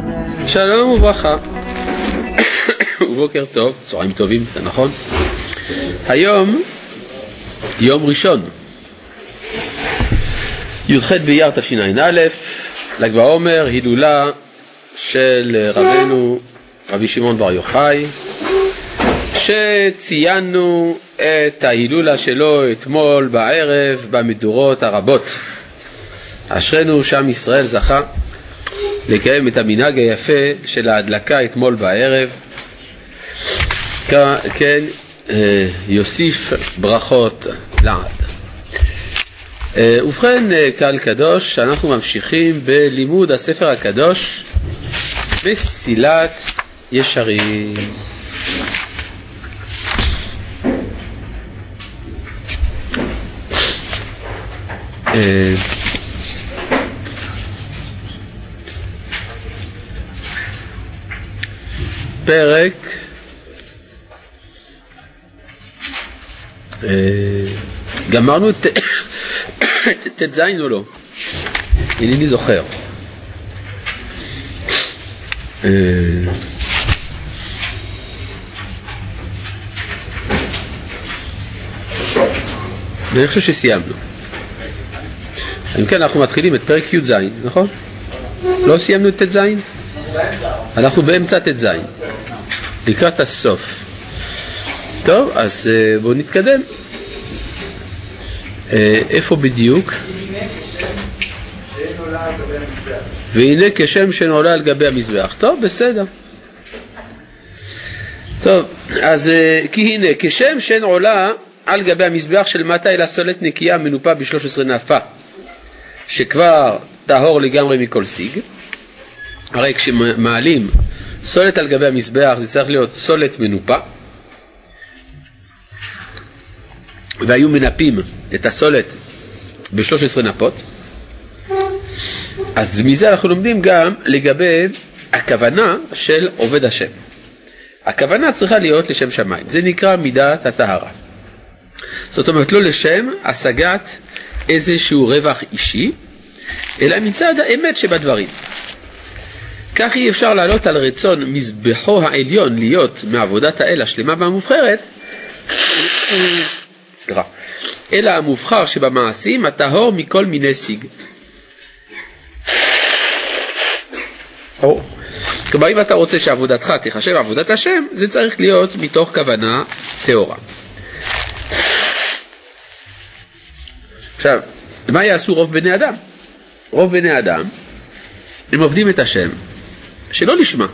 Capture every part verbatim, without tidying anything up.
שלום וברכה ובוקר טוב, צהריים טובים, זה נכון? היום יום ראשון י"ח באייר תשע"א, ל"ג בעומר, הילולה של רבנו רבי שמעון בר יוחאי, שציינו את ההילולה שלו אתמול בערב במדורות הרבות. אשרנו שעם ישראל זכה לקיים את המנהג היפה של ההדלקה אתמול בערב. כן, יוסיף ברכות לעד. ובכן, קהל קדוש, אנחנו ממשיכים בלימוד הספר הקדוש מסילת ישרים. פרק גמרנו את ת' זין או לא? אינני זוכר. אני חושב שסיימנו. אם כן, אנחנו מתחילים את פרק י' זין, נכון? לא סיימנו את ת' זין? אנחנו באמצע ת' זין, לקראת הסוף. טוב, אז בואו נתקדם. איפה בדיוק? והנה כשם שנעולה על גבי המזבח. טוב, בסדר. טוב, אז כי הנה כשם שנעולה על גבי המזבח של מטה אל הסולת נקייה מנופה ב-שלוש עשרה נפה, שכבר טהור לגמרי מכל סיג. הרי כשמעלים סולת על גבי המזבח זה צריך להיות סולת מנופה, והיו מנפים את הסולת ב-שלוש עשרה נפות. אז מזה אנחנו לומדים גם לגבי הכוונה של עובד השם. הכוונה צריכה להיות לשם שמיים, זה נקרא מידת הטהרה. זאת אומרת, לא לשם השגת איזשהו רווח אישי, אלא מצד האמת שבדברים. כך אי אפשר לעלות על רצון מזבחו העליון להיות מעבודת האל השלמה והמובחרת, אלא המובחר שבמעשים הטהור מכל מיני סיג. כלומר, אם אתה רוצה שעבודתך תחשב עבודת השם, זה צריך להיות מתוך כוונה טהורה. עכשיו, מה יעשו רוב בני אדם? רוב בני אדם הם עובדים את השם שלא לשמה,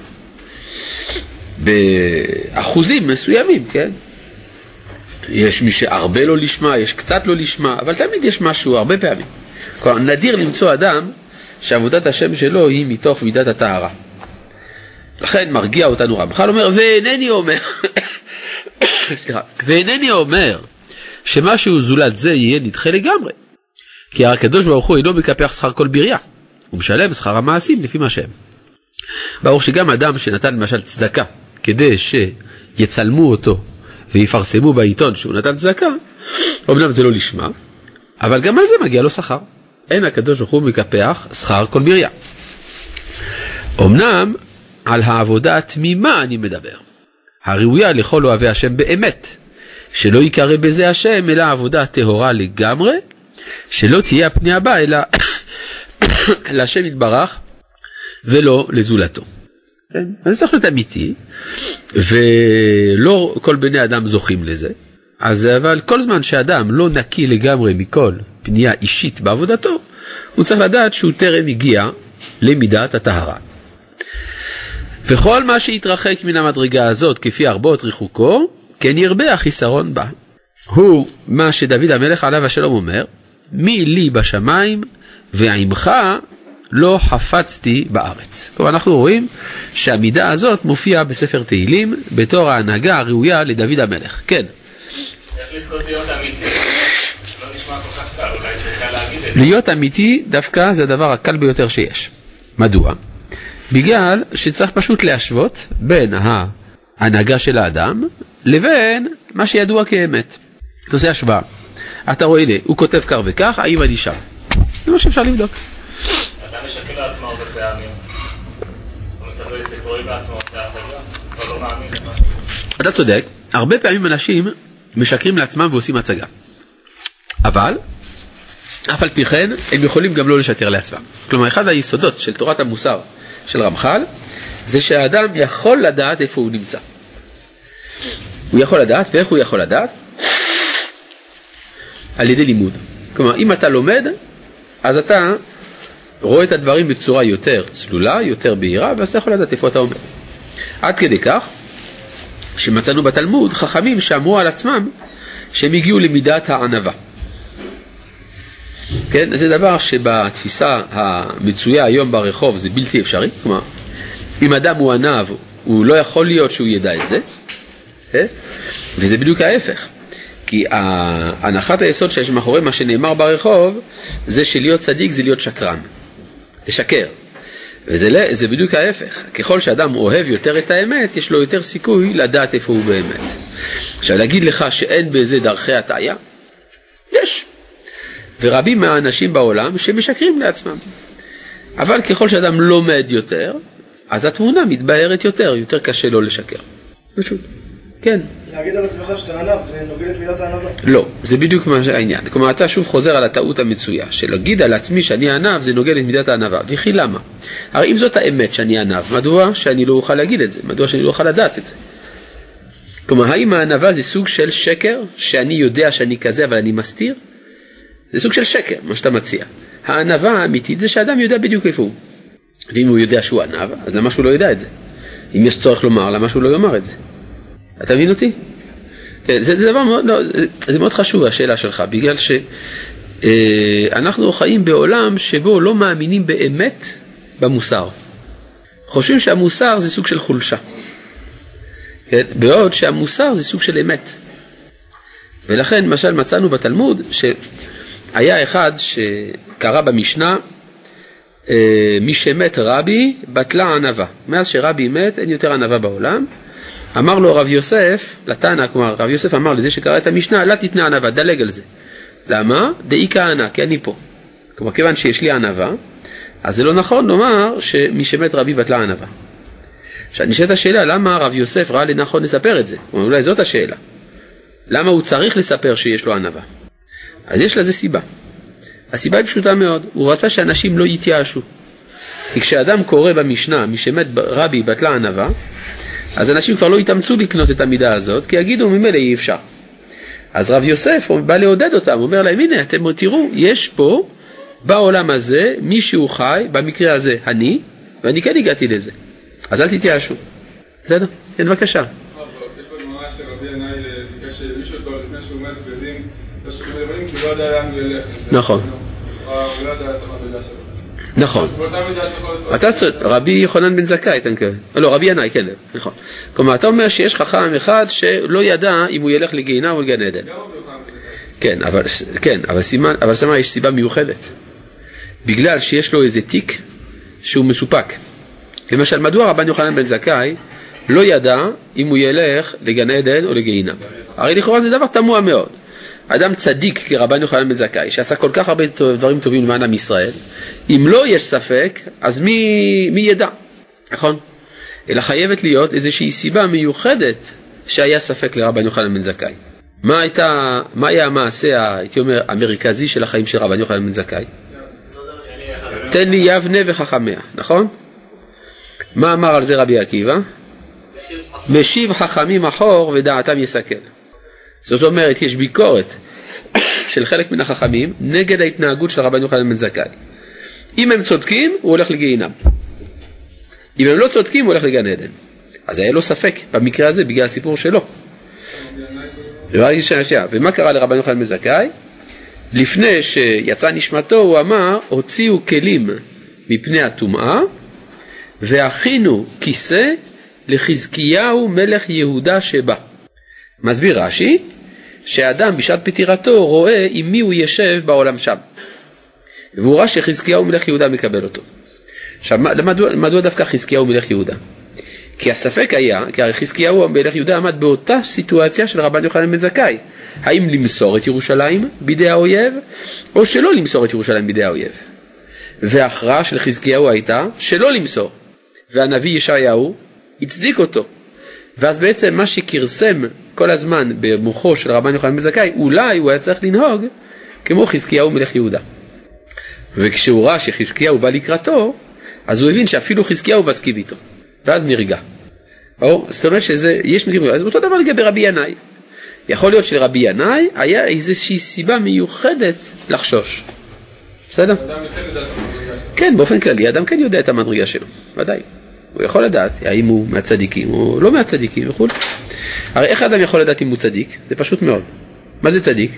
באחוזים מסוימים, כן? יש מי שהרבה לא לשמה, יש קצת לא לשמה, אבל תמיד יש משהו, הרבה פעמים. כלומר, נדיר למצוא אדם שעבודת השם שלו היא מתוך מידת הטהרה. לכן מרגיע אותנו רמח"ל, אומר, ואינני אומר, סליחה, ואינני אומר שמשהו זולת זה יהיה נדחה לגמרי. כי הקדוש ברוך הוא אינו מקפח שכר כל בריה, הוא משלם שכר המעשים לפי מה שהם. ברור שגם אדם שנתן למשל צדקה כדי שיצלמו אותו ויפרסמו בעיתון שהוא נתן צדקה, אמנם זה לא לשמה, אבל גם על זה מגיע לו שכר. אין הקדוש ברוך הוא מקפח שכר כל בריה. אמנם על העבודה התמימה אני מדבר, הראויה לכל אוהבי השם באמת, שלא יקרא בזה השם אלא עבודה טהורה לגמרי, שלא תהיה הפני הבא אלא להשם יתברך ולא לזולתו. כן? אז זה צריך להיות אמיתי, ולא כל בני אדם זוכים לזה. אז אבל כל זמן שאדם לא נקי לגמרי מכל פנייה אישית בעבודתו, הוא צריך לדעת שהוא טרם הגיע למידת הטהרה. וכל מה שיתרחק מן המדרגה הזאת כפי ארבעות ריחוקו, כן ירבה החיסרון בה. הוא מה שדוד המלך עליו השלום אומר, מי לי בשמיים ועמך לא חפצתי בארץ. כלומר, אנחנו רואים שהמידה הזאת מופיעה בספר תהילים בתור ההנהגה הראויה לדוד המלך. כן. איך לזכות להיות אמיתי? לא נשמע כל כך קל, אולי זה קל להגיד את זה. להיות אמיתי דווקא זה הדבר הקל ביותר שיש. מדוע? בגלל שצריך פשוט להשוות בין ההנהגה של האדם לבין מה שידוע כאמת. אתה עושה השוואה. אתה רואה, הנה, הוא כותב כך וכך, האם אני שם? זה מה שאפשר לבדוק. אתה משקל לעצמו הרבה פעמים. מספר סיפורים בעצמו, אתה לא מאמין למה. אתה צודק, הרבה פעמים אנשים משקרים לעצמם ועושים הצגה. אבל, אף על פי כן, הם יכולים גם לא לשקר לעצמם. כלומר, אחד היסודות של תורת המוסר של רמח"ל, זה שהאדם יכול לדעת איפה הוא נמצא. הוא יכול לדעת, ואיך הוא יכול לדעת? על ידי לימוד. כלומר, אם אתה לומד, אז אתה רואה את הדברים בצורה יותר צלולה, יותר בהירה, ואז אתה יכול לדעת איפה אתה אומר. עד כדי כך, שמצאנו בתלמוד חכמים שאמרו על עצמם שהם הגיעו למידת הענווה. כן? זה דבר שבתפיסה המצויה היום ברחוב זה בלתי אפשרי. כלומר, אם אדם הוא ענב, הוא לא יכול להיות שהוא ידע את זה. כן? וזה בדיוק ההפך. כי הנחת היסוד שיש מאחורי מה שנאמר ברחוב, זה שלהיות צדיק זה להיות שקרן. לשקר. וזה זה בדיוק ההפך. ככל שאדם אוהב יותר את האמת, יש לו יותר סיכוי לדעת איפה הוא באמת. עכשיו, להגיד לך שאין בזה דרכי הטעיה? יש. ורבים מהאנשים בעולם שמשקרים לעצמם. אבל ככל שאדם לומד יותר, אז התמונה מתבהרת יותר, יותר קשה לו לשקר. פשוט. כן. להגיד על עצמך שאתה ענב, זה נוגד את מידת הענבה? לא, זה בדיוק מה העניין. כלומר, אתה שוב חוזר על הטעות המצויה, שלהגיד על עצמי שאני ענב, זה נוגד את מידת הענבה. וכי למה? הרי אם זאת האמת שאני ענב, מדוע שאני לא אוכל להגיד את זה? מדוע שאני לא אוכל לדעת את זה? כלומר, האם הענבה זה סוג של שקר, שאני יודע שאני כזה, אבל אני מסתיר? זה סוג של שקר, מה שאתה מציע. הענבה האמיתית זה שאדם יודע בדיוק איפה הוא. ואם הוא יודע שהוא ענב, אז למה שהוא לא יודע את זה? אם יש צורך לומר, למה שהוא לא יאמר את זה? אתה מבין אותי? כן, זה דבר מאוד, לא, זה, זה מאוד חשוב השאלה שלך, בגלל שאנחנו חיים בעולם שבו לא מאמינים באמת במוסר. חושבים שהמוסר זה סוג של חולשה. כן? בעוד שהמוסר זה סוג של אמת. ולכן, למשל, מצאנו בתלמוד שהיה אחד שקרא במשנה, מי שמת רבי בטלה ענבה. מאז שרבי מת אין יותר ענבה בעולם. אמר לו רב יוסף, לתנא, כלומר רב יוסף אמר לזה שקרא את המשנה, לא תתנה ענבה, דלג על זה. למה? דאי כהנה, כי אני פה. כלומר, כיוון שיש לי ענבה, אז זה לא נכון לומר שמי שמת רבי בטלה ענבה. עכשיו, נשאלת השאלה, למה רב יוסף ראה לנכון לספר את זה? כלומר, אולי זאת השאלה. למה הוא צריך לספר שיש לו ענבה? אז יש לזה סיבה. הסיבה היא פשוטה מאוד. הוא רצה שאנשים לא יתייאשו. כי כשאדם קורא במשנה, מי שמת רבי בטלה ענבה, אז אנשים כבר לא יתאמצו לקנות את המידה הזאת, כי יגידו, ממילא אי אפשר. אז רב יוסף בא לעודד אותם, אומר להם, הנה, אתם תראו, יש פה, בעולם הזה, מישהו חי, במקרה הזה, אני, ואני כן הגעתי לזה. אז אל תתייאשו. בסדר? כן, בבקשה. יש בגמרא שרבי ינאי ביקש מישהו אותו לפני שהוא מת בדין, לא שמדברים, כי הוא לא יודע לאן הוא ילך. נכון. הוא לא יודע את המדרגה שלו. נכון. אתה צודק, רבי יוחנן בן זכאי, אתה מתכוון. לא, רבי ינאי, כן, נכון. כלומר, אתה אומר שיש חכם אחד שלא ידע אם הוא ילך לגיהינום או לגן עדן. כן, אבל כן, אבל סימן, אבל סימן יש סיבה מיוחדת. בגלל שיש לו איזה תיק שהוא מסופק. למשל, מדוע רבן יוחנן בן זכאי לא ידע אם הוא ילך לגן עדן או לגיהינום? הרי לכאורה זה דבר תמוה מאוד. אדם צדיק כרבן יוחנן בן זכאי, שעשה כל כך הרבה דברים טובים למען עם ישראל, אם לא יש ספק, אז מי, מי ידע? נכון? אלא חייבת להיות איזושהי סיבה מיוחדת שהיה ספק לרבן יוחנן בן זכאי. מה הייתה, מה היה המעשה, הייתי אומר, המרכזי של החיים של רבן יוחנן בן זכאי? תן לי יבנה וחכמיה, נכון? מה אמר על זה רבי עקיבא? משיב חכמים אחור ודעתם יסכל. זאת אומרת, יש ביקורת של חלק מן החכמים נגד ההתנהגות של רבן יוחנן בן זכאי. אם הם צודקים, הוא הולך לגיהינום. אם הם לא צודקים, הוא הולך לגן עדן. אז היה לו ספק במקרה הזה בגלל הסיפור שלו. ומה קרה לרבן יוחנן בן זכאי? לפני שיצא נשמתו, הוא אמר, הוציאו כלים מפני הטומאה, והכינו כיסא לחזקיהו מלך יהודה שבא. מסביר רש"י, שהאדם בשעת פטירתו רואה עם מי הוא ישב בעולם שם. והוא ראה שחזקיהו מלך יהודה מקבל אותו. עכשיו, מדוע, מדוע דווקא חזקיהו מלך יהודה? כי הספק היה, כי הרי חזקיהו מלך יהודה עמד באותה סיטואציה של רבן יוחנן בן זכאי. האם למסור את ירושלים בידי האויב, או שלא למסור את ירושלים בידי האויב? וההכרעה של חזקיהו הייתה שלא למסור. והנביא ישעיהו הצדיק אותו. ואז בעצם מה שכרסם כל הזמן במוחו של רבן יוחנן בן זכאי, אולי הוא היה צריך לנהוג כמו חזקיהו מלך יהודה. וכשהוא ראה שחזקיהו בא לקראתו, אז הוא הבין שאפילו חזקיהו מסכים איתו. ואז נרגע. או, זאת אומרת שזה, יש מקרים, אז אותו דבר לגבי רבי ינאי. יכול להיות שלרבי ינאי היה איזושהי סיבה מיוחדת לחשוש. בסדר? אדם יותר יודע את המדרגה שלו. כן, באופן כללי, אדם כן יודע את המדרגה שלו. ודאי. הוא יכול לדעת האם הוא מהצדיקים או לא מהצדיקים וכו'. הרי איך האדם יכול לדעת אם הוא צדיק? זה פשוט מאוד. מה זה צדיק?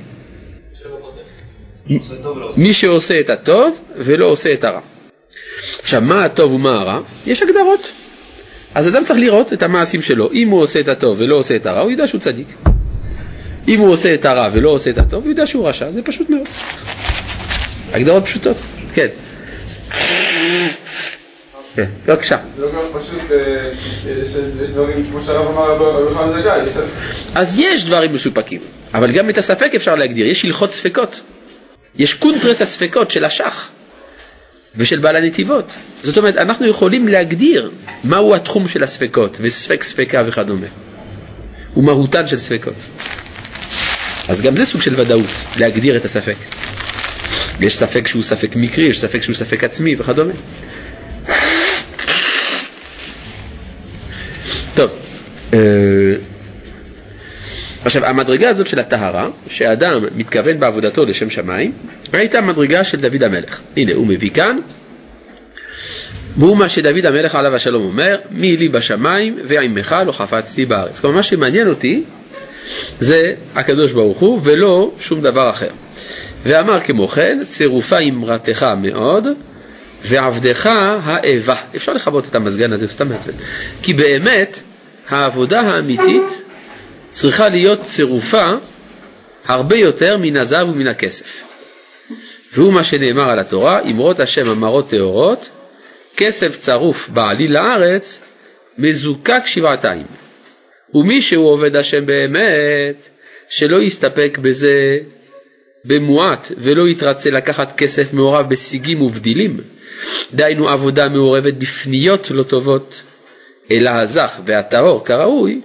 מי שעושה את הטוב ולא עושה את הרע. עכשיו, מה הטוב ומה הרע? יש הגדרות. אז אדם צריך לראות את המעשים שלו. אם הוא עושה את הטוב ולא עושה את הרע, הוא יודע שהוא צדיק. אם הוא עושה את הרע ולא עושה את הטוב, הוא יודע שהוא רשע. זה פשוט מאוד. הגדרות פשוטות. כן. כן, בבקשה. זה לא גם פשוט, יש דברים, כמו שהרב אמר, רבי יוחנן בן זכאי. אז יש דברים מסופקים, אבל גם את הספק אפשר להגדיר. יש הלכות ספקות. יש קונטרס הספקות של השח ושל בעל הנתיבות. זאת אומרת, אנחנו יכולים להגדיר מהו התחום של הספקות, וספק ספקה וכדומה. ומהותן של ספקות. אז גם זה סוג של ודאות, להגדיר את הספק. יש ספק שהוא ספק מקרי, יש ספק שהוא ספק עצמי וכדומה. טוב. עכשיו, המדרגה הזאת של הטהרה, שאדם מתכוון בעבודתו לשם שמיים, הייתה מדרגה של דוד המלך. הנה, הוא מביא כאן, והוא מה שדוד המלך עליו השלום אומר, מי לי בשמיים ועמך לא חפצתי בארץ. כלומר, מה שמעניין אותי, זה הקדוש ברוך הוא, ולא שום דבר אחר. ואמר כמו כן, צירופה אמרתך מאוד, ועבדך האהבה. אפשר לחבות את המזגן הזה, סתם מעצבן. כי באמת, העבודה האמיתית, צריכה להיות צירופה הרבה יותר מן הזהב ומן הכסף. והוא מה שנאמר על התורה, אמרות השם אמרות טהורות, כסף צרוף בעלי לארץ, מזוקק שבעתיים. ומי שהוא עובד השם באמת, שלא יסתפק בזה במועט, ולא יתרצה לקחת כסף מעורב בשיגים ובדילים, דיינו עבודה מעורבת בפניות לא טובות, אלא הזך והטהור כראוי,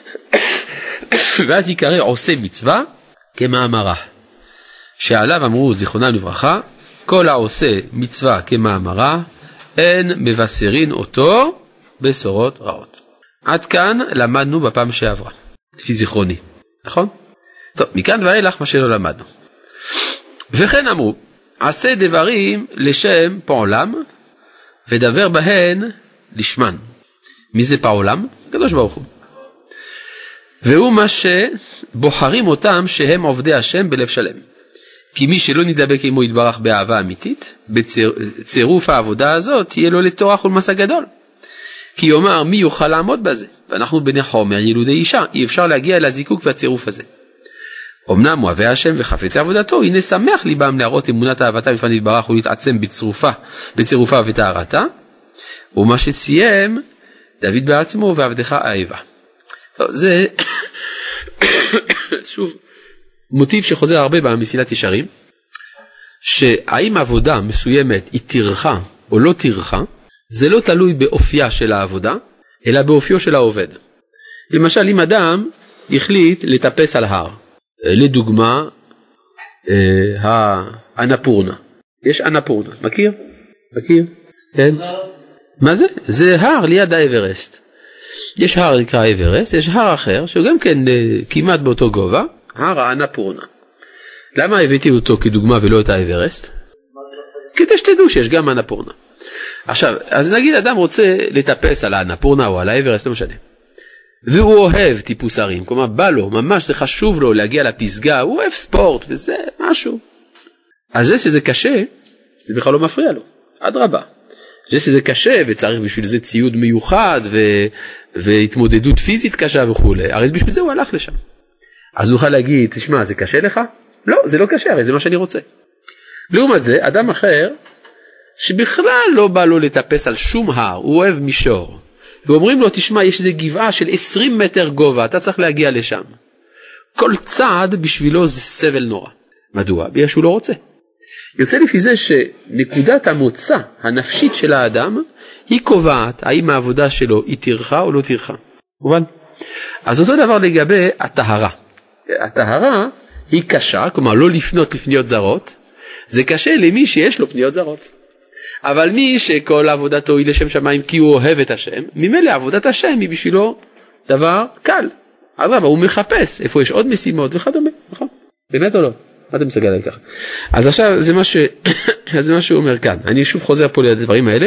ואז יקרא עושה מצווה כמאמרה, שעליו אמרו זיכרונם לברכה, כל העושה מצווה כמאמרה, אין מבשרין אותו בשורות רעות. עד כאן למדנו בפעם שעברה, לפי זיכרוני, נכון? טוב, מכאן ואילך מה שלא למדנו. וכן אמרו, עשה דברים לשם פעולם, ודבר בהן לשמן. מי זה פעולם? קדוש ברוך הוא. והוא מה שבוחרים אותם שהם עובדי השם בלב שלם. כי מי שלא נדבק עמו יתברך באהבה אמיתית, בצירוף העבודה הזאת תהיה לו לטורח ולמסע גדול. כי יאמר מי יוכל לעמוד בזה? ואנחנו בני חומר ילודי אישה, אי אפשר להגיע לזיקוק והצירוף הזה. אמנם אוהבי השם וחפצי עבודתו, הנה שמח ליבם להראות אמונת אהבתה בפני יתברך ולהתעצם בצירופה, בצירופה וטהרתה, ומה שסיים דוד בעצמו ועבדך האהבה. טוב, זה שוב מוטיב שחוזר הרבה במסילת ישרים, שהאם עבודה מסוימת היא תרחה או לא תרחה, זה לא תלוי באופייה של העבודה, אלא באופיו של העובד. למשל, אם אדם החליט לטפס על הר, לדוגמה, האנפורנה. יש אנפורנה, מכיר? מכיר? כן? מה זה? זה הר ליד האברסט. יש הר נקרא אברסט, יש הר אחר, שהוא גם כן כמעט באותו גובה, הר האנפורנה. למה הבאתי אותו כדוגמה ולא את האברסט? כדי שתדעו שיש גם אנפורנה. עכשיו, אז נגיד אדם רוצה לטפס על האנפורנה או על האברסט, לא משנה. והוא אוהב טיפוס הרים, כלומר בא לו, ממש זה חשוב לו להגיע לפסגה, הוא אוהב ספורט וזה משהו. אז זה שזה קשה, זה בכלל לא מפריע לו, עד רבה. זה שזה קשה וצריך בשביל זה ציוד מיוחד ו... והתמודדות פיזית קשה וכו'. הרי בשביל זה הוא הלך לשם. אז הוא יוכל להגיד, תשמע, זה קשה לך? לא, זה לא קשה, הרי זה מה שאני רוצה. לעומת זה, אדם אחר, שבכלל לא בא לו לטפס על שום הר, הוא אוהב מישור. ואומרים לו, תשמע, יש איזו גבעה של עשרים מטר גובה, אתה צריך להגיע לשם. כל צעד בשבילו זה סבל נורא. מדוע? בגלל שהוא לא רוצה. יוצא לפי זה שנקודת המוצא הנפשית של האדם היא קובעת האם העבודה שלו היא תרחה או לא תרחה. מובן? אז אותו דבר לגבי הטהרה. הטהרה היא קשה, כלומר לא לפנות לפניות זרות, זה קשה למי שיש לו פניות זרות. אבל מי שכל עבודתו היא לשם שמיים כי הוא אוהב את השם, ממילא עבודת השם היא בשבילו דבר קל. אדרבה, הוא מחפש איפה יש עוד משימות וכדומה, נכון? באמת או לא? מה אתה מסתכל עליי ככה? אז עכשיו זה מה ש... זה מה שהוא אומר כאן. אני שוב חוזר פה לדברים האלה.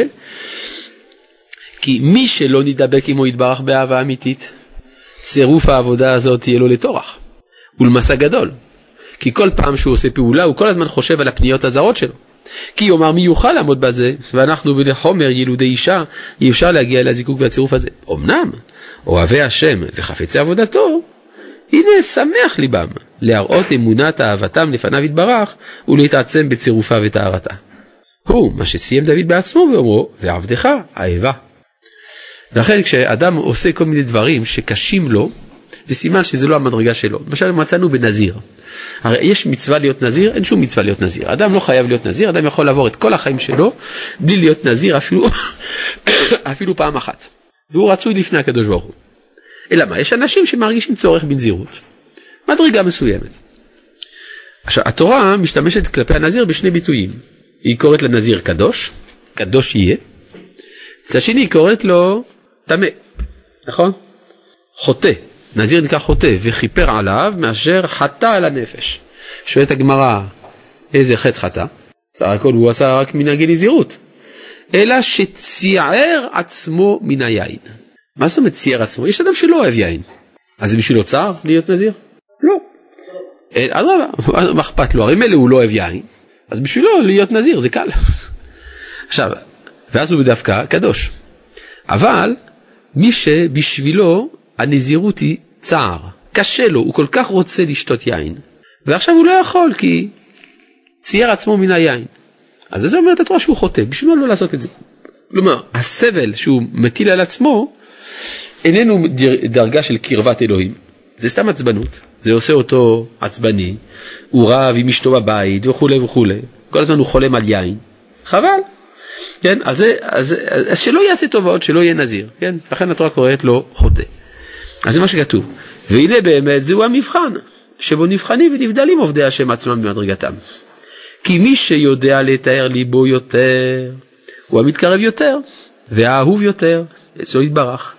כי מי שלא נדבק עמו יתברך באהבה אמיתית, צירוף העבודה הזאת תהיה לו לטורח ולמסע גדול. כי כל פעם שהוא עושה פעולה הוא כל הזמן חושב על הפניות הזרות שלו. כי יאמר מי יוכל לעמוד בזה, ואנחנו בלחומר ילודי אישה אי אפשר להגיע אל הזיקוק והצירוף הזה. אמנם אוהבי השם וחפצי עבודתו, הנה שמח ליבם להראות אמונת אהבתם לפניו יתברך ולהתעצם בצירופה וטהרתה. הוא מה שסיים דוד בעצמו ואומרו ועבדך אהבה. לכן כשאדם עושה כל מיני דברים שקשים לו, זה סימן שזה לא המדרגה שלו. למשל מצאנו בנזיר. הרי יש מצווה להיות נזיר, אין שום מצווה להיות נזיר. אדם לא חייב להיות נזיר, אדם יכול לעבור את כל החיים שלו בלי להיות נזיר אפילו, אפילו פעם אחת. והוא רצוי לפני הקדוש ברוך הוא. אלא מה? יש אנשים שמרגישים צורך בנזירות. מדרגה מסוימת. עכשיו, התורה משתמשת כלפי הנזיר בשני ביטויים. היא קוראת לנזיר קדוש, קדוש יהיה. אצל השני היא קוראת לו טמא, נכון? חוטא. נזיר נקרא חוטא וכיפר עליו מאשר חטא על הנפש. שואלת הגמרא, איזה חטא חטא? סך הכל הוא עשה רק מנהגי נזירות. אלא שציער עצמו מן היין. מה זאת אומרת ציער עצמו? יש אדם שלא אוהב יין. אז זה בשבילו צער להיות נזיר? לא. אדרבה, מה אכפת לו? הרי מילא הוא לא אוהב יין, אז בשבילו להיות נזיר זה קל. עכשיו, ואז הוא בדווקא קדוש. אבל מי שבשבילו הנזירות היא צער, קשה לו, הוא כל כך רוצה לשתות יין, ועכשיו הוא לא יכול כי צייר עצמו מן היין. אז זה אומרת התורה שהוא חוטא, בשביל לא לעשות את זה. כלומר, הסבל שהוא מטיל על עצמו, איננו דרגה של קרבת אלוהים, זה סתם עצבנות, זה עושה אותו עצבני, הוא רב עם אשתו בבית וכו' וכו', כל הזמן הוא חולם על יין, חבל. כן, אז, זה, אז, אז שלא יעשה טובות, שלא יהיה נזיר, כן? לכן התורה קוראת לו חוטא. אז זה מה שכתוב. והנה באמת זהו המבחן, שבו נבחנים ונבדלים עובדי השם עצמם במדרגתם. כי מי שיודע לתאר ליבו יותר, הוא המתקרב יותר, והאהוב יותר, אצלו יתברך.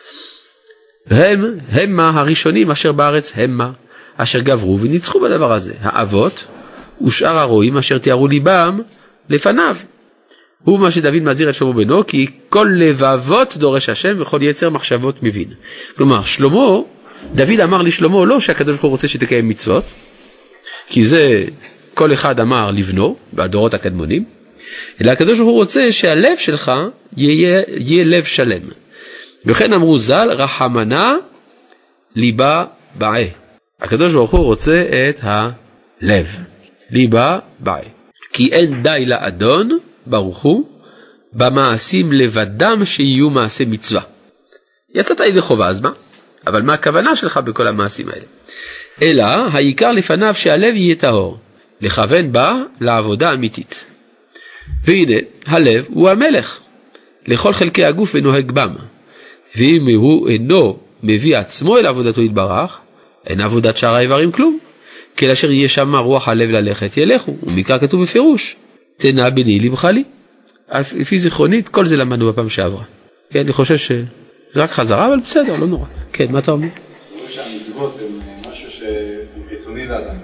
הם, המה הראשונים אשר בארץ המה, אשר גברו וניצחו בדבר הזה. האבות ושאר הרועים אשר תיארו ליבם לפניו. הוא מה שדוד מזהיר את שלמה בנו, כי כל לבבות דורש השם וכל יצר מחשבות מבין. כלומר, שלמה, דוד אמר לשלמה לא שהקדוש ברוך הוא רוצה שתקיים מצוות, כי זה כל אחד אמר לבנו, בדורות הקדמונים, אלא הקדוש ברוך הוא רוצה שהלב שלך יהיה, יהיה לב שלם. וכן אמרו ז"ל, רחמנה ליבה בעי. הקדוש ברוך הוא רוצה את הלב, ליבה בעי. כי אין די לאדון, ברוך הוא, במעשים לבדם שיהיו מעשי מצווה. יצאת ידי חובה, אז מה? אבל מה הכוונה שלך בכל המעשים האלה? אלא העיקר לפניו שהלב יהיה טהור, לכוון בה לעבודה אמיתית. והנה, הלב הוא המלך, לכל חלקי הגוף ונוהג בם. ואם הוא אינו מביא עצמו אל עבודתו יתברך, אין עבודת שאר האיברים כלום. כי אשר יהיה שם רוח הלב ללכת ילכו, ומכך כתוב בפירוש, תנא בני לבך לי. לפי זיכרונית, כל זה למדנו בפעם שעברה. כן, אני חושב שזה רק חזרה, אבל בסדר, לא נורא. כן, מה אתה אומר? אומרים שהמצוות הן משהו שהוא חיצוני לאדם.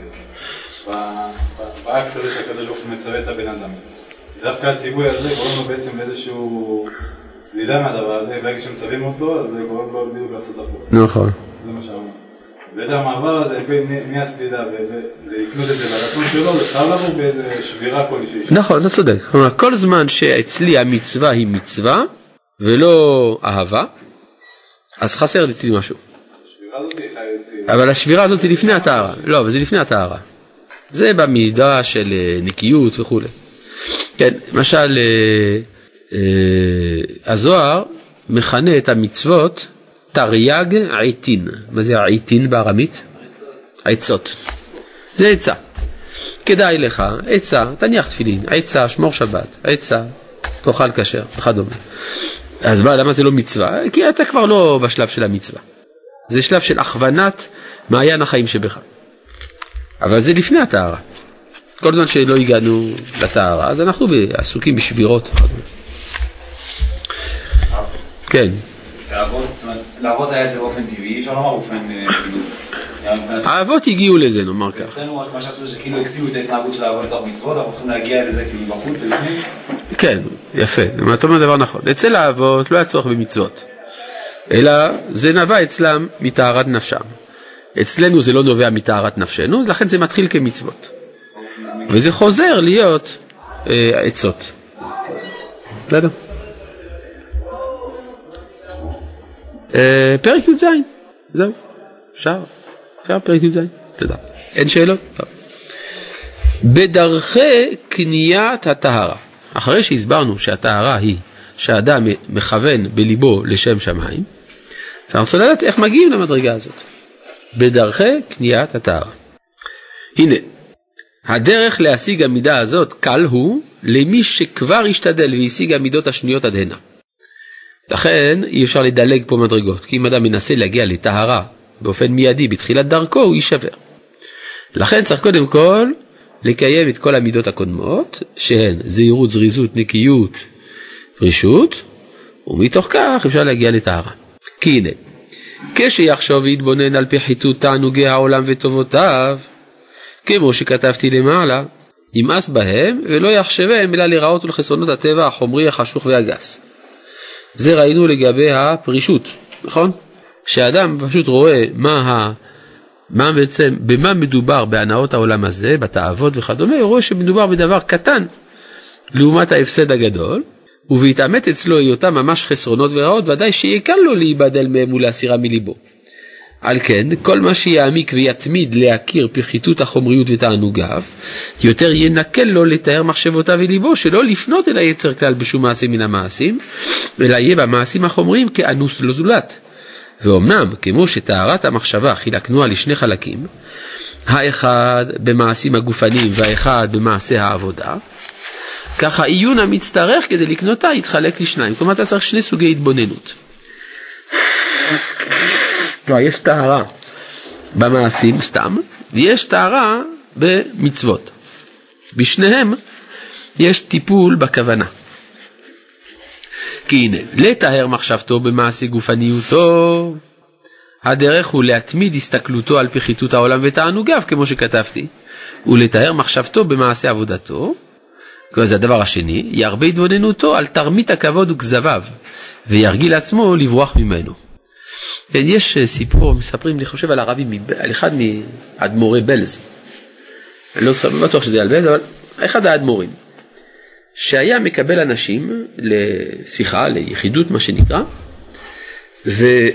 באקט הזה שהקדוש ברוך הוא מצווה את הבן אדם. דווקא הציווי הזה גורם לו בעצם באיזשהו סלידה מהדבר הזה, ברגע שמצווים אותו, אז זה גורם לו בדיוק לעשות הפוך. נכון. זה מה שאמרנו. בעצם המעבר הזה מהסלידה ולקנות את זה ברצון שלו, זה חייב לעבור באיזה שבירה כלשהי. נכון, אתה צודק. כלומר, כל זמן שאצלי המצווה היא מצווה ולא אהבה, אז חסר אצלי משהו. השבירה הזאת היא חייבת... אבל השבירה הזאת זה לפני הטהרה. לא, אבל זה לפני הטהרה. זה במידה של נקיות וכו'. כן, למשל, הזוהר מכנה את המצוות תרי"ג עיתין. מה זה העיתין בארמית? עצות. זה עצה. כדאי לך, עצה, תניח תפילין, עצה, שמור שבת, עצה, תאכל כשר, וכדומה. אז מה, למה זה לא מצווה? כי אתה כבר לא בשלב של המצווה. זה שלב של הכוונת מעיין החיים שבך. אבל זה לפני הטהרה. כל זמן שלא הגענו לטהרה, אז אנחנו עסוקים בשבירות. כן. לעבוד היה את זה באופן טבעי, אפשר לומר באופן... האבות הגיעו לזה, נאמר כך. אצלנו מה שעשו זה שכאילו הקפיאו את ההתנהגות של לעבוד בתוך מצוות, אנחנו צריכים להגיע לזה כאילו בחוץ ולפנים. כן, יפה. אתה אומר דבר נכון. אצל האבות לא היה צורך במצוות, אלא זה נבע אצלם מטהרת נפשם. אצלנו זה לא נובע מטהרת נפשנו, לכן זה מתחיל כמצוות. וזה חוזר להיות אה, עצות. בסדר? אה, פרק י"ז. זהו. אפשר? אפשר פרק י"ז. תודה. אין שאלות? טוב. בדרכי קניית הטהרה. אחרי שהסברנו שהטהרה היא שהאדם מכוון בליבו לשם שמיים, אנחנו רוצים לדעת איך מגיעים למדרגה הזאת. בדרכי קניית הטהרה. הנה, הדרך להשיג המידה הזאת קל הוא למי שכבר ישתדל והשיג המידות השניות עד הנה. לכן אי אפשר לדלג פה מדרגות, כי אם אדם מנסה להגיע לטהרה באופן מיידי בתחילת דרכו, הוא יישבר. לכן צריך קודם כל לקיים את כל המידות הקודמות, שהן זהירות, זריזות, נקיות, רשות, ומתוך כך אפשר להגיע לטהרה. כי הנה, כשיחשוב ויתבונן על פי חיטוט תענוגי העולם וטובותיו, כמו שכתבתי למעלה, ימאס בהם ולא יחשבם אלא לראות ולחסרונות הטבע החומרי, החשוך והגס. זה ראינו לגבי הפרישות, נכון? שהאדם פשוט רואה מה, ה... מה בעצם, במה מדובר בהנאות העולם הזה, בתאוות וכדומה, הוא רואה שמדובר בדבר קטן לעומת ההפסד הגדול, ובהתאמת אצלו היותם ממש חסרונות ורעות, ודאי שיקל לו להיבדל מהם ולהסירה מליבו. על כן, כל מה שיעמיק ויתמיד להכיר פחיתות החומריות ותענוגיו, יותר ינקל לו לתאר מחשבותיו וליבו, שלא לפנות אל היצר כלל בשום מעשה מן המעשים, אלא יהיה במעשים החומריים כאנוס לא זולת. ואומנם, כמו שטהרת המחשבה חילקנוה לשני חלקים, האחד במעשים הגופניים והאחד במעשה העבודה, ככה עיון המצטרך כדי לקנותה יתחלק לשניים. כלומר, אתה צריך שני סוגי התבוננות. יש טהרה במעשים סתם, ויש טהרה במצוות. בשניהם יש טיפול בכוונה. כי הנה, לטהר מחשבתו במעשה גופניותו, הדרך הוא להתמיד הסתכלותו על פחיתות העולם ותענוגיו, כמו שכתבתי, ולטהר מחשבתו במעשה עבודתו, זה הדבר השני, ירבה התבוננותו על תרמית הכבוד וכזביו, וירגיל עצמו לברוח ממנו. יש סיפור, מספרים לי חושב על הרבי, על אחד מאדמו"רי בלז, אני לא בטוח שזה על בלז, אבל אחד האדמו"רים, שהיה מקבל אנשים לשיחה, ליחידות מה שנקרא, והיה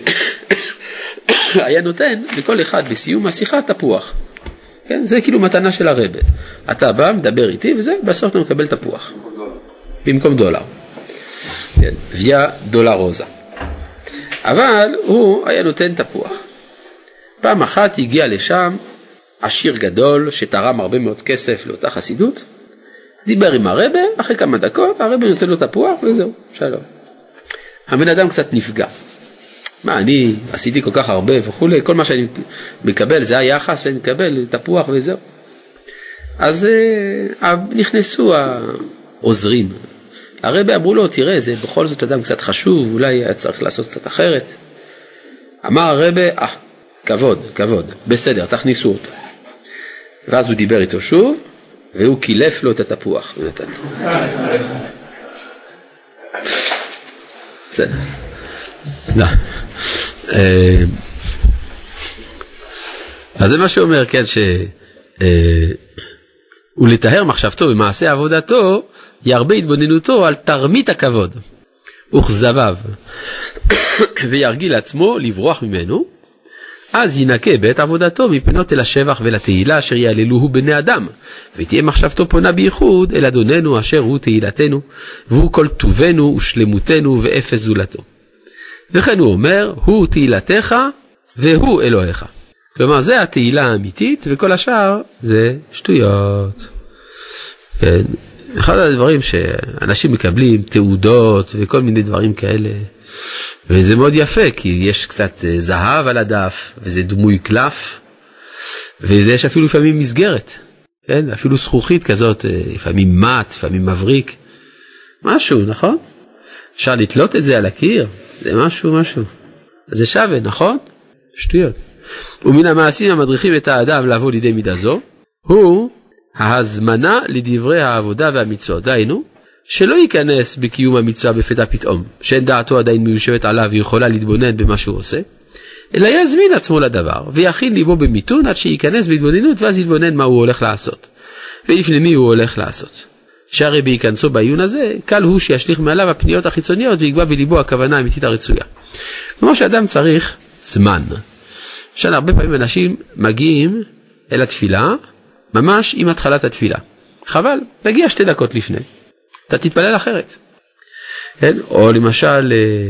נותן לכל אחד בסיום השיחה תפוח. כן? זה כאילו מתנה של הרבי. אתה בא, מדבר איתי, וזה, בסוף אתה מקבל תפוח. במקום דולר. כן, ויה דולר רוזה. אבל הוא היה נותן תפוח. פעם אחת הגיע לשם עשיר גדול שתרם הרבה מאוד כסף לאותה חסידות, דיבר עם הרבי, אחרי כמה דקות הרבי נותן לו תפוח וזהו, שלום. הבן אדם קצת נפגע. מה, אני עשיתי כל כך הרבה וכולי, כל מה שאני מקבל זה היחס שאני מקבל תפוח וזהו. אז אה, נכנסו העוזרים. הרבי אמרו לו, תראה, זה בכל זאת אדם קצת חשוב, אולי היה צריך לעשות קצת אחרת. אמר הרבי, אה, כבוד, כבוד, בסדר, תכניסו אותו. ואז הוא דיבר איתו שוב, והוא קילף לו את התפוח, ונתן לו. בסדר. לא. אז זה מה שאומר, כן, ש... ולטהר מחשבתו במעשה עבודתו, ירבה התבוננותו על תרמית הכבוד, וכזביו, וירגיל עצמו לברוח ממנו, אז ינקה בעת עבודתו מפנות אל השבח ולתהילה אשר יעללוהו בני אדם, ותהיה מחשבתו פונה בייחוד אל אדוננו אשר הוא תהילתנו, והוא כל טובנו ושלמותנו ואפס זולתו. וכן הוא אומר, הוא תהילתך והוא אלוהיך. כלומר, זה התהילה האמיתית, וכל השאר זה שטויות. כן. אחד הדברים שאנשים מקבלים, תעודות וכל מיני דברים כאלה, וזה מאוד יפה, כי יש קצת זהב על הדף, וזה דמוי קלף, וזה יש אפילו לפעמים מסגרת, כן? אפילו זכוכית כזאת, לפעמים מת, לפעמים מבריק, משהו, נכון? אפשר לתלות את זה על הקיר, זה משהו, משהו. זה שווה, נכון? שטויות. ומן המעשים המדריכים את האדם לבוא לידי מידה זו, הוא ההזמנה לדברי העבודה והמצוות. דהיינו, שלא ייכנס בקיום המצווה בפתע פתאום, שאין דעתו עדיין מיושבת עליו ויכולה להתבונן במה שהוא עושה, אלא יזמין עצמו לדבר, ויכין ליבו במיתון עד שייכנס בהתבוננות, ואז יתבונן מה הוא הולך לעשות. ולפני מי הוא הולך לעשות. שהרי בהיכנסו בעיון הזה, קל הוא שישליך מעליו הפניות החיצוניות, ויקבע בליבו הכוונה האמיתית הרצויה. כמו שאדם צריך זמן. למשל, הרבה פעמים אנשים מגיעים אל התפילה, ממש עם התחלת התפילה. חבל, תגיע שתי דקות לפני. אתה תתפלל אחרת. כן? או למשל,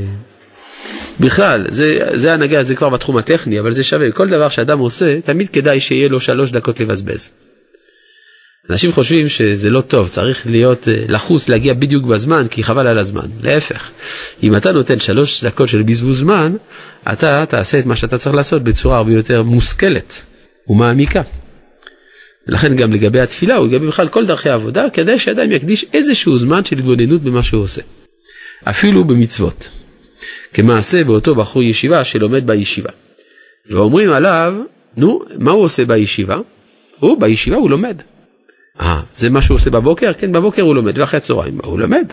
בכלל, זה, זה הנגע, זה כבר בתחום הטכני, אבל זה שווה. כל דבר שאדם עושה, תמיד כדאי שיהיה לו שלוש דקות לבזבז. אנשים חושבים שזה לא טוב, צריך להיות לחוס, להגיע בדיוק בזמן, כי חבל על הזמן. להפך, אם אתה נותן שלוש דקות של בזבוז זמן, אתה תעשה את מה שאתה צריך לעשות בצורה הרבה יותר מושכלת ומעמיקה. ולכן גם לגבי התפילה, או לגבי בכלל כל דרכי העבודה, כדי שאדם יקדיש איזשהו זמן של התבוננות במה שהוא עושה. אפילו במצוות. כמעשה באותו בחור ישיבה שלומד בישיבה. ואומרים עליו, נו, מה הוא עושה בישיבה? הוא, בישיבה הוא לומד. אה, זה מה שהוא עושה בבוקר? כן, בבוקר הוא לומד, ואחרי הצהריים הוא לומד.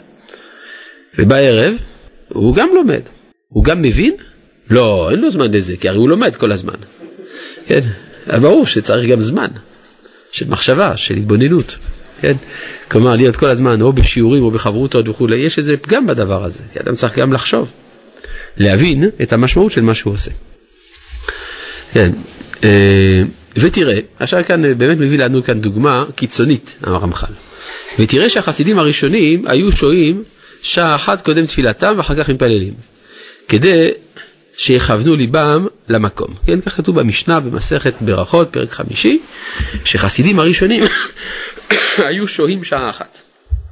ובערב הוא גם לומד. הוא גם מבין? לא, אין לו זמן לזה, כי הרי הוא לומד כל הזמן. כן, אבל ברור שצריך גם זמן. של מחשבה, של התבוננות, כן? כלומר, להיות כל הזמן או בשיעורים או בחברותות וכו', יש איזה פגם בדבר הזה, כי אדם צריך גם לחשוב, להבין את המשמעות של מה שהוא עושה. כן, ותראה, עכשיו כאן באמת מביא לנו כאן דוגמה קיצונית, הרמח"ל. ותראה שהחסידים הראשונים היו שוהים שעה אחת קודם תפילתם ואחר כך מתפללים, כדי שיכוונו ליבם למקום. כן, כך כתוב במשנה במסכת ברכות, פרק חמישי, שחסידים הראשונים היו שוהים שעה אחת.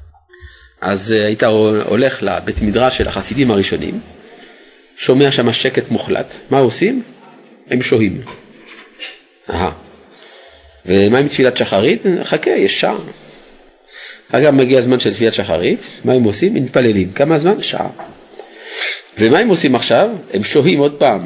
אז היית הולך לבית מדרש של החסידים הראשונים, שומע שם שקט מוחלט. מה עושים? הם שוהים. אהה. ומה עם תפילת שחרית? חכה, יש שעה. אגב, מגיע הזמן של תפילת שחרית, מה הם עושים? הם מתפללים. כמה זמן? שעה. ומה הם עושים עכשיו? הם שוהים עוד פעם.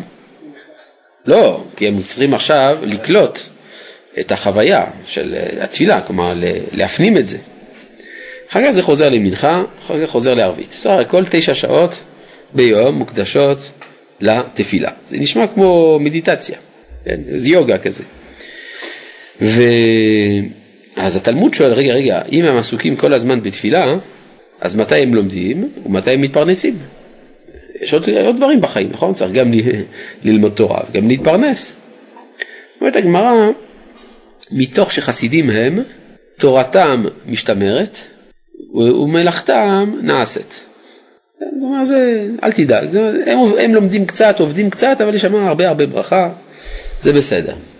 לא, כי הם צריכים עכשיו לקלוט את החוויה של התפילה, כלומר להפנים את זה. אחר כך זה חוזר למנחה, אחר כך חוזר לערבית. סך הכל תשע שעות ביום מוקדשות לתפילה. זה נשמע כמו מדיטציה, כן? זה יוגה כזה. ואז התלמוד שואל, רגע, רגע, אם הם עסוקים כל הזמן בתפילה, אז מתי הם לומדים ומתי הם מתפרנסים? יש עוד, עוד דברים בחיים, נכון? צריך גם ל, ללמוד תורה וגם להתפרנס. אומרת הגמרא, מתוך שחסידים הם, תורתם משתמרת ומלאכתם נעשית. כלומר, זה, אל תדאג, זה, הם, הם לומדים קצת, עובדים קצת, אבל יש שם הרבה הרבה ברכה, זה בסדר.